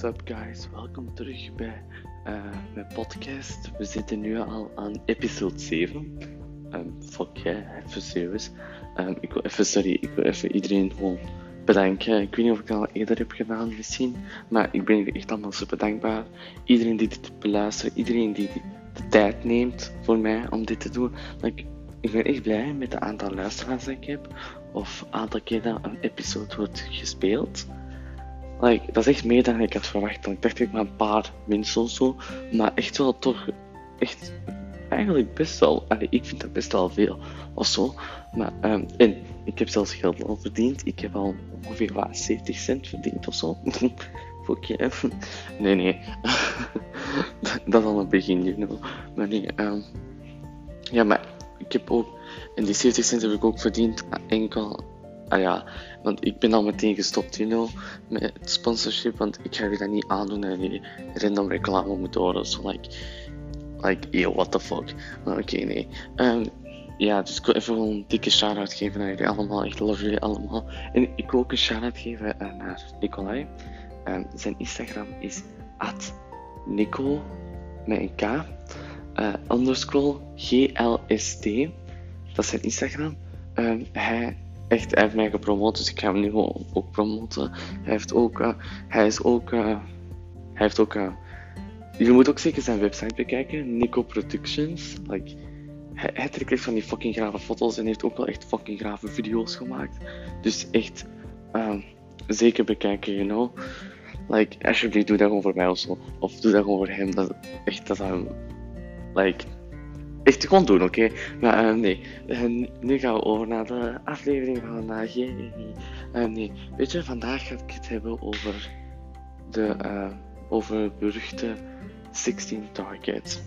What's up guys, welkom terug bij mijn podcast. We zitten nu al aan episode 7. Fuck yeah, even serieus. Ik wil even iedereen gewoon bedanken. Ik weet niet of ik het al eerder heb gedaan misschien, maar ik ben jullie echt allemaal super dankbaar. Iedereen die dit beluistert, iedereen die de tijd neemt voor mij om dit te doen. Ik ben echt blij met het aantal luisteraars dat ik heb, of het aantal keer dat een episode wordt gespeeld. Dat is echt meer dan ik had verwacht. Ik dacht ik maar een paar mensen of zo, maar echt wel toch, echt eigenlijk best wel. Ik vind dat best wel veel of zo. Maar, en ik heb zelfs geld al verdiend. Ik heb al ongeveer 70 cent verdiend of zo. Fuck yeah. Nee. Dat is al een begin, you know. Maar nee, ja, maar ik heb ook, en die 70 cent heb ik ook verdiend enkel. Want ik ben al meteen gestopt, you know, met het sponsorship, want ik ga je dat niet aandoen en die random reclame moeten horen, so yo, what the fuck. Maar oké, nee. Dus ik wil even gewoon een dikke shout-out geven naar jullie allemaal, ik love jullie allemaal. En ik wil ook een shout-out geven naar Nicolai. Zijn Instagram is @Nico, met een K, _GLST, dat is zijn Instagram. Hij heeft mij gepromoot, dus ik ga hem nu gewoon ook promoten. Hij heeft ook, jullie moeten ook zeker zijn website bekijken, Nico Productions. Hij trekt echt van die fucking grave foto's en heeft ook wel echt fucking grave video's gemaakt. Dus echt, zeker bekijken, you know. Alsjeblieft, doe dat gewoon voor mij of zo. Of doe dat gewoon voor hem, dat zou echt gewoon doen, oké? Maar nee, nu gaan we over naar de aflevering van vandaag. Nee, weet je, vandaag ga ik het hebben over over beruchte 16 targets.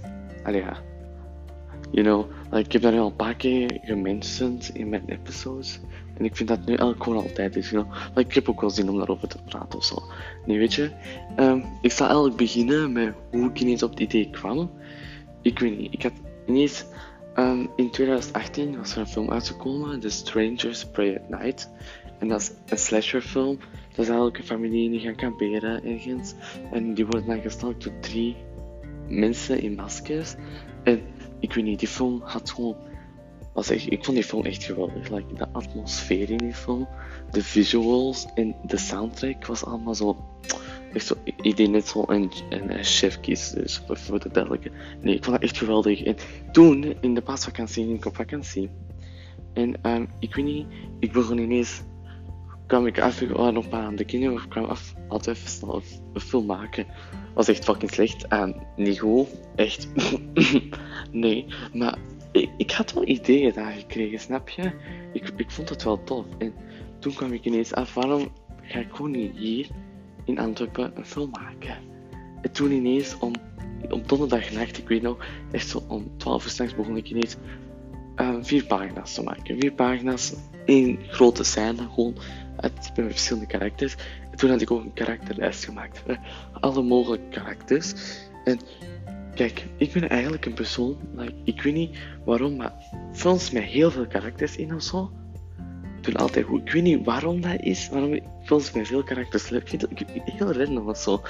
You know, ik heb dat nu al een paar keer gementiond in mijn episodes. En ik vind dat nu eigenlijk gewoon altijd is, you know. Ik heb ook wel zin om daarover te praten of zo. Nee, weet je, ik zal eigenlijk beginnen met hoe ik ineens op het idee kwam. Ik weet niet, ik had ineens, in 2018 was er een film uitgekomen, The Strangers Pray at Night. En dat is een slasherfilm. Dat is eigenlijk een familie die gaan kamperen ergens. En die worden dan gestalkt door 3 mensen in maskers. En ik weet niet, die film had gewoon... ik vond die film echt geweldig. De atmosfeer in die film, de visuals en de soundtrack was allemaal zo... Echt zo, ik deed net zo een chef kies, dus voor de duidelijke. Nee, ik vond dat echt geweldig. En toen, in de paasvakantie, ging ik op vakantie. En ik weet niet, ik begon ineens... kwam ik af, nog een paar aan de kinderen, of kwam af, altijd even snel een film maken. Was echt fucking slecht. Niet goed, echt. Nee, maar ik had wel ideeën daar gekregen, snap je? Ik vond het wel tof. En toen kwam ik ineens af, waarom ga ik gewoon niet hier in Antwerpen een film maken? En toen ineens om donderdagnacht, ik weet nog, echt zo om 12 uur 's nachts begon ik ineens 4 pagina's te maken. 4 pagina's, 1 grote scène, gewoon met verschillende karakters. En toen had ik ook een karakterlijst gemaakt voor alle mogelijke karakters. En kijk, ik ben eigenlijk een persoon, ik weet niet waarom, maar films met heel veel karakters in of zo, doen altijd goed. Ik weet niet waarom dat is, waarom films met veel karakters leuk. Ik vind het heel random of zo.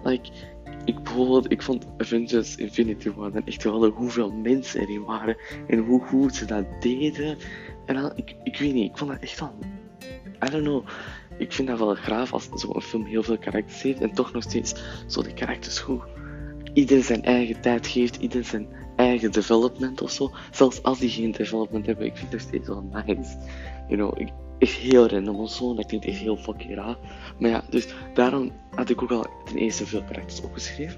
Ik vond Avengers Infinity War dan echt geweldig hoeveel mensen erin waren en hoe goed ze dat deden. En dan, ik weet niet, ik vond dat echt wel... I don't know. Ik vind dat wel graaf als zo'n film heel veel karakters heeft en toch nog steeds zo de karakters goed. Ieder zijn eigen tijd geeft, ieder zijn eigen development of zo. Zelfs als die geen development hebben, ik vind dat steeds wel nice. You know, echt heel random of zo, dat klinkt echt heel fucking raar. Maar ja, dus daarom had ik ook al ten eerste veel karakters opgeschreven.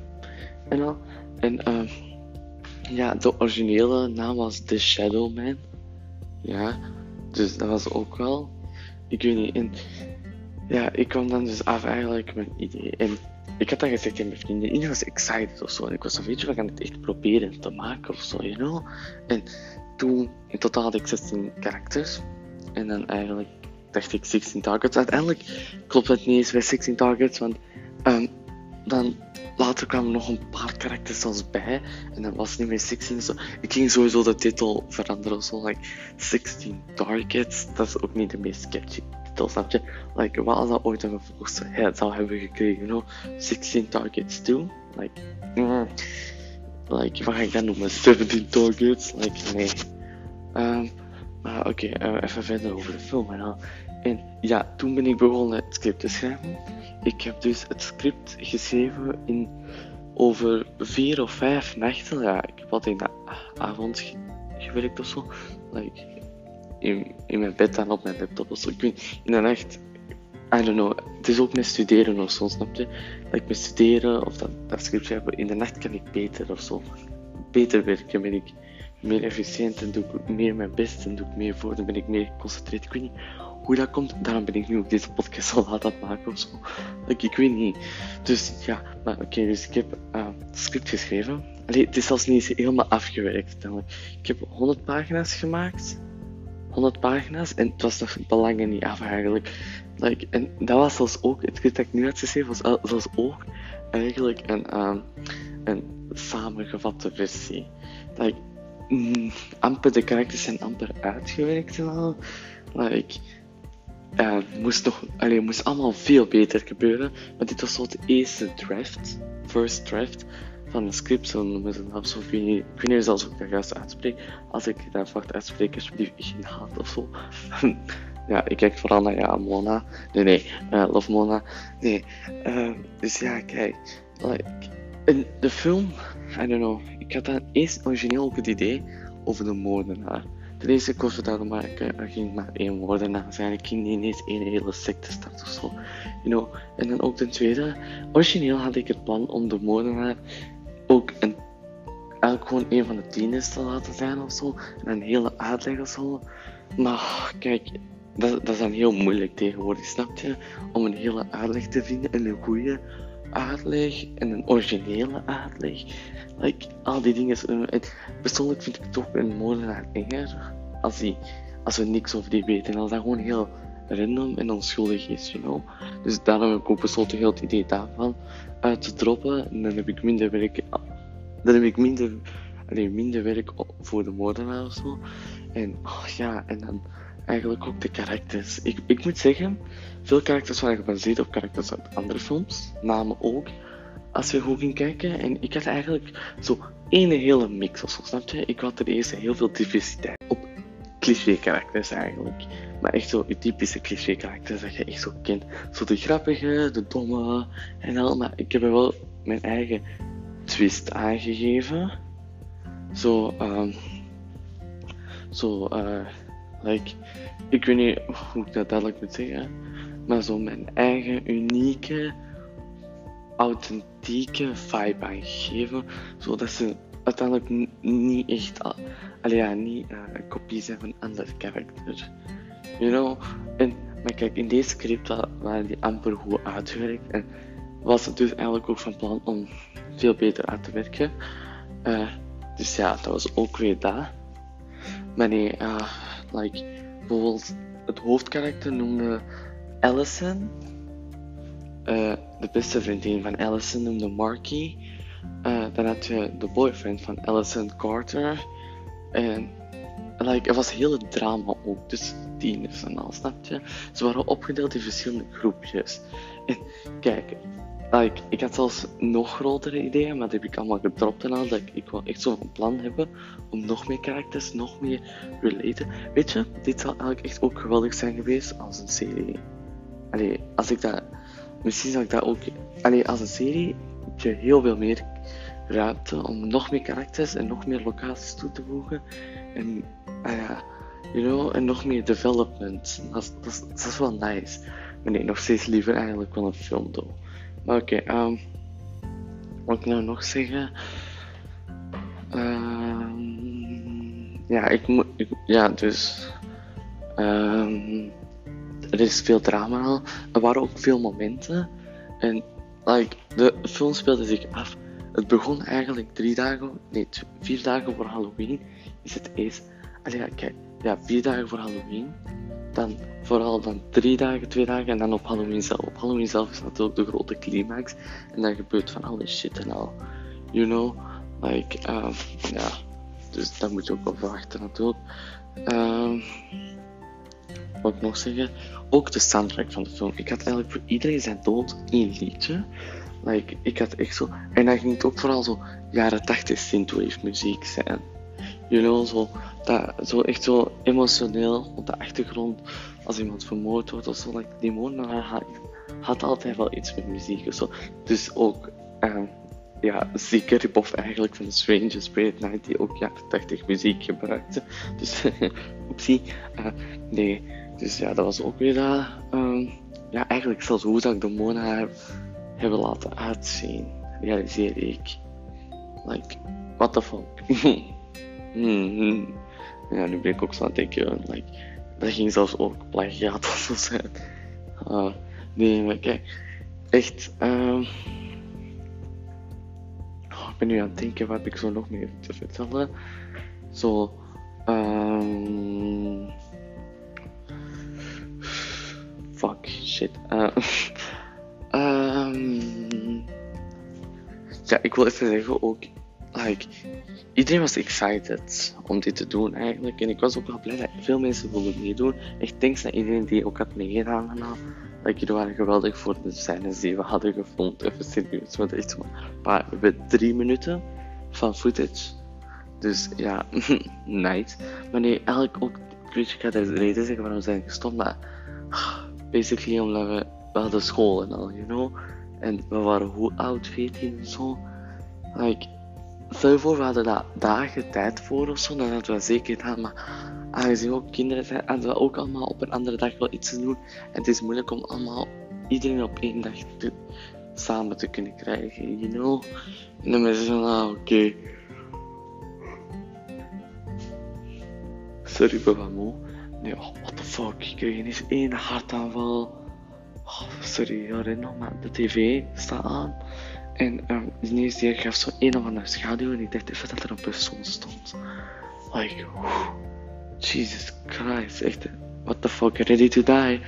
De originele naam was The Shadow Man. Ja, dus dat was ook wel... Ik weet niet, en... Ja, ik kwam dan dus af eigenlijk met een idee. En ik had dat gezegd tegen mijn vrienden. Iedereen was excited of zo. En ik was zo, weet je, we gaan het echt proberen te maken of zo, you know. En toen, in totaal had ik 16 karakters. En dan eigenlijk dacht ik 16 targets. Uiteindelijk klopt het niet eens bij 16 targets, want dan later kwamen nog een paar karakters zelfs bij. En dan was het niet meer 16. Zo. Ik ging sowieso de titel veranderen of zo. 16 targets, dat is ook niet de meest catchy titel, snap je? Like, wat als dat ooit een vervolgheid zou hebben gekregen, you know? 16 targets too? Like, like, wat ga ik dat noemen? 17 targets? Like, nee. Maar oké, even verder over de film en al. En ja, toen ben ik begonnen het script te schrijven. Ik heb dus het script geschreven in over 4 of 5 nachten. Ja, ik heb altijd in de avond gewerkt of zo. Like, in mijn bed en op mijn laptop of zo. Ik weet, in de nacht, I don't know. Het is ook met studeren of zo, snap je? Like, met studeren of dat script schrijven, in de nacht kan ik beter of zo. Beter werken, ben ik meer efficiënt en doe ik meer mijn best en doe ik meer voor, dan ben ik meer geconcentreerd. Ik weet niet hoe dat komt, daarom ben ik nu ook deze podcast al laat aan het maken of zo. Like, ik weet niet. Dus ja, maar oké, dus ik heb het script geschreven. Allee, het is zelfs niet eens helemaal afgewerkt uiteindelijk. Ik heb 100 pagina's gemaakt. 100 pagina's en het was nog belangen niet af eigenlijk. Like, en dat was zelfs ook, het script dat ik nu had geschreven, was zelfs ook eigenlijk een samengevatte versie. Like, amper, de karakters zijn amper uitgewerkt en al. Like, moest allemaal veel beter gebeuren. Maar dit was zo de eerste draft, first draft van een script, zo noemen ze dat. Zo, ik weet niet zelfs hoe ik dat juist uitspreek. Als ik dat fout uitspreek, alsjeblieft geen haat of zo. Ja, ik kijk vooral naar Mona. Nee, Love Mona. Nee, dus ja, kijk. Like, in de film, I don't know, ik had dan eerst origineel ook het idee over de moordenaar. Ten eerste, ik was dat maken, er ging maar 1 moordenaar zijn. Ik ging niet ineens een hele secte starten of zo. You know. En dan ook ten tweede, origineel had ik het plan om de moordenaar ook eigenlijk gewoon een van de tieners te laten zijn of zo. En een hele uitleg of zo. Maar kijk, dat is dan heel moeilijk tegenwoordig, snap je? Om een hele uitleg te vinden en een goede uitleg en een originele uitleg. Like, al die dingen. Persoonlijk vind ik toch een moordenaar enger als we niks over die weten. En als dat gewoon heel random en onschuldig is, you know. Dus daarom heb ik ook besloten heel het idee daarvan uit te droppen. En dan heb ik minder werk. Minder werk voor de moordenaar of zo. En en dan eigenlijk ook de karakters. Ik moet zeggen, veel karakters waren gebaseerd op karakters uit andere films, namen ook, als we goed gaan kijken. En ik had eigenlijk zo één hele mix of zo, snap je? Ik had ten eerste heel veel diversiteit op cliché-karakters eigenlijk. Maar echt zo die typische cliché-karakters dat je echt zo kent. Zo de grappige, de domme en al. Maar ik heb er wel mijn eigen twist aangegeven. Like, ik weet niet hoe ik dat duidelijk moet zeggen, maar zo mijn eigen unieke, authentieke vibe aangegeven, zodat ze uiteindelijk niet echt, niet een kopie zijn van een ander karakter, you know. Maar kijk, in deze script waren die amper goed uitgewerkt en was het dus eigenlijk ook van plan om veel beter uit te werken. Dus ja, dat was ook weer dat. Maar nee, like, bijvoorbeeld het hoofdkarakter noemde Allison. De beste vriendin van Allison noemde Marky. Dan had je de boyfriend van Allison, Carter. En like, er was hele drama ook tussen tieners en al, snap je? Ze waren opgedeeld in verschillende groepjes. En kijk, like, ik had zelfs nog grotere ideeën, maar dat heb ik allemaal gedropt en al. Dat ik wil echt zo'n plan hebben om nog meer karakters, nog meer relaten. Weet je, dit zou eigenlijk echt ook geweldig zijn geweest als een serie. Misschien zou ik dat ook, als een serie heb je heel veel meer ruimte om nog meer karakters en nog meer locaties toe te voegen. En, en nog meer development. Dat is wel nice. Maar nee, nog steeds liever eigenlijk wel een film doen. Maar oké, wat ik nou nog zeggen? Er is veel drama al. Er waren ook veel momenten. En de film speelde zich af. Het begon eigenlijk 4 dagen voor Halloween. Is het eerst. 4 dagen voor Halloween. Dan vooral 3 dagen, 2 dagen en dan op Halloween zelf. Op Halloween zelf is natuurlijk de grote climax. En dan gebeurt van alle shit en al. You know? Dus dat moet je ook wel verwachten natuurlijk. Wat ik nog zeggen? ook de soundtrack van de film. Ik had eigenlijk voor iedereen zijn dood één liedje. Like, ik had echt zo... En dan ging het ook vooral zo jaren 80 synthwave muziek zijn. You know, zo echt zo emotioneel op de achtergrond. Als iemand vermoord wordt of zo. Like, die moordenaar had altijd wel iets met muziek of zo. Dus ook... ja, zeker rip-off eigenlijk van de Stranger Spirit Night, die ook jaren 80 muziek gebruikte. Dus, oepsie. Nee, dus ja, dat was ook weer dat. Ja, eigenlijk zelfs hoe dat ik de Mona hebben laten uitzien, realiseerde ik. Like, what the fuck. Ja, nu ben ik ook zo aan het denken, like, dat ging zelfs ook plagiaat of zo zijn. Nee, maar kijk, echt, ik ben nu aan het denken wat ik zo nog meer te vertellen. Zo, fuck, shit. Ja, ik wil even zeggen ook, like, iedereen was excited om dit te doen eigenlijk. En ik was ook wel blij dat veel mensen wilden meedoen. Echt thanks naar iedereen die ook had meegedaan en al. Like, jullie waren geweldig voor de scènes die we hadden gefilmd. Even serieus, want echt maar we hebben 3 minuten van footage. Dus ja, nice. Maar nee, eigenlijk ook, ik ga de reden zeggen waarom we zijn gestopt. Maar basically omdat we hadden school en al, you know. En we waren hoe oud, 14 en zo. Like, stel je voor, we hadden daar dagen tijd voor of zo, dan hadden we zeker gedaan. Maar aangezien we ook kinderen zijn, hadden we ook allemaal op een andere dag wel iets te doen. En het is moeilijk om allemaal iedereen op één dag samen te kunnen krijgen, you know. En dan mensen van, oké. Sorry, ik ben wat moe. Nee, what the fuck, ik kreeg ineens 1 hartaanval. Sorry, ja, nog maar de tv staat aan. En ineens die gaf zo een of andere schaduw en ik dacht even dat er een persoon stond. Like, Jesus Christ, echt, what the fuck, ready to die?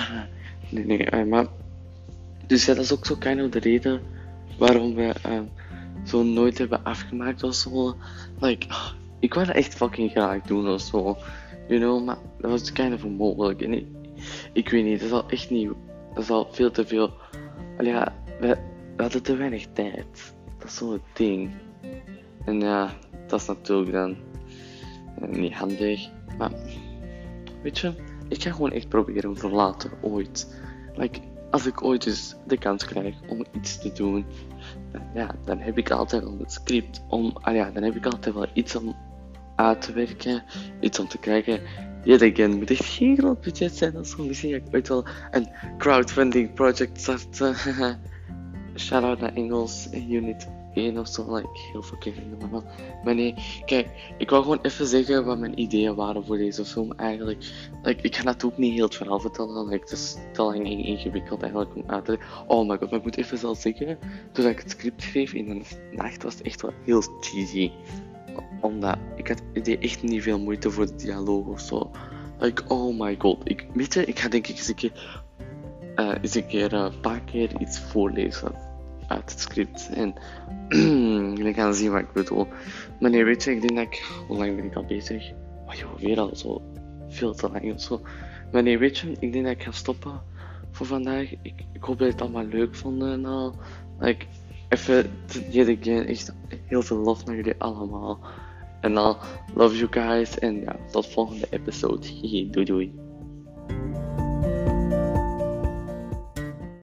nee, maar... Dus ja, dat is ook zo kind of de reden waarom we zo nooit hebben afgemaakt of zo. Like, ik wou dat echt fucking graag doen of zo. You know, maar dat was kind of onmogelijk. En ik weet niet, dat is al echt niet... Dat is al veel te veel... Ja, we hadden te weinig tijd. Dat is zo'n ding. En ja, dat is natuurlijk dan niet handig. Maar, weet je, ik ga gewoon echt proberen voor later, ooit. Like, als ik ooit dus de kans krijg om iets te doen, dan heb ik altijd wel het script om... dan heb ik altijd wel iets om uit te werken, iets om te krijgen. Yet again, moet echt geen groot budget zijn of zo. Misschien ga ik ooit wel een crowdfunding project starten. Shout-out naar Engels Unit 1 of zo, like, heel fucking normaal. Maar nee, kijk, ik wou gewoon even zeggen wat mijn ideeën waren voor deze film eigenlijk. Like, ik ga natuurlijk niet heel het verhaal vertellen, like, het is te lang ingewikkeld eigenlijk om uit te leggen. Oh my god, maar ik moet even zelf zeggen, toen ik het script schreef in de nacht was het echt wel heel cheesy. Omdat ik deed echt niet veel moeite voor de dialoog of zo. Like, oh my god, weet je, ik ga denk ik eens een keer een paar keer iets voorlezen uit het script. En jullie gaan zien wat ik bedoel. Maar nee, weet je, ik denk dat hoe lang ben ik al bezig? Oh joh, weer al zo veel te lang of zo. Maar nee, weet je, ik denk dat ik ga stoppen voor vandaag. Ik hoop dat je het allemaal leuk vonden en al. Like, even, echt heel veel lof naar jullie allemaal. En al, love you guys. En ja, tot volgende episode. Doei doei.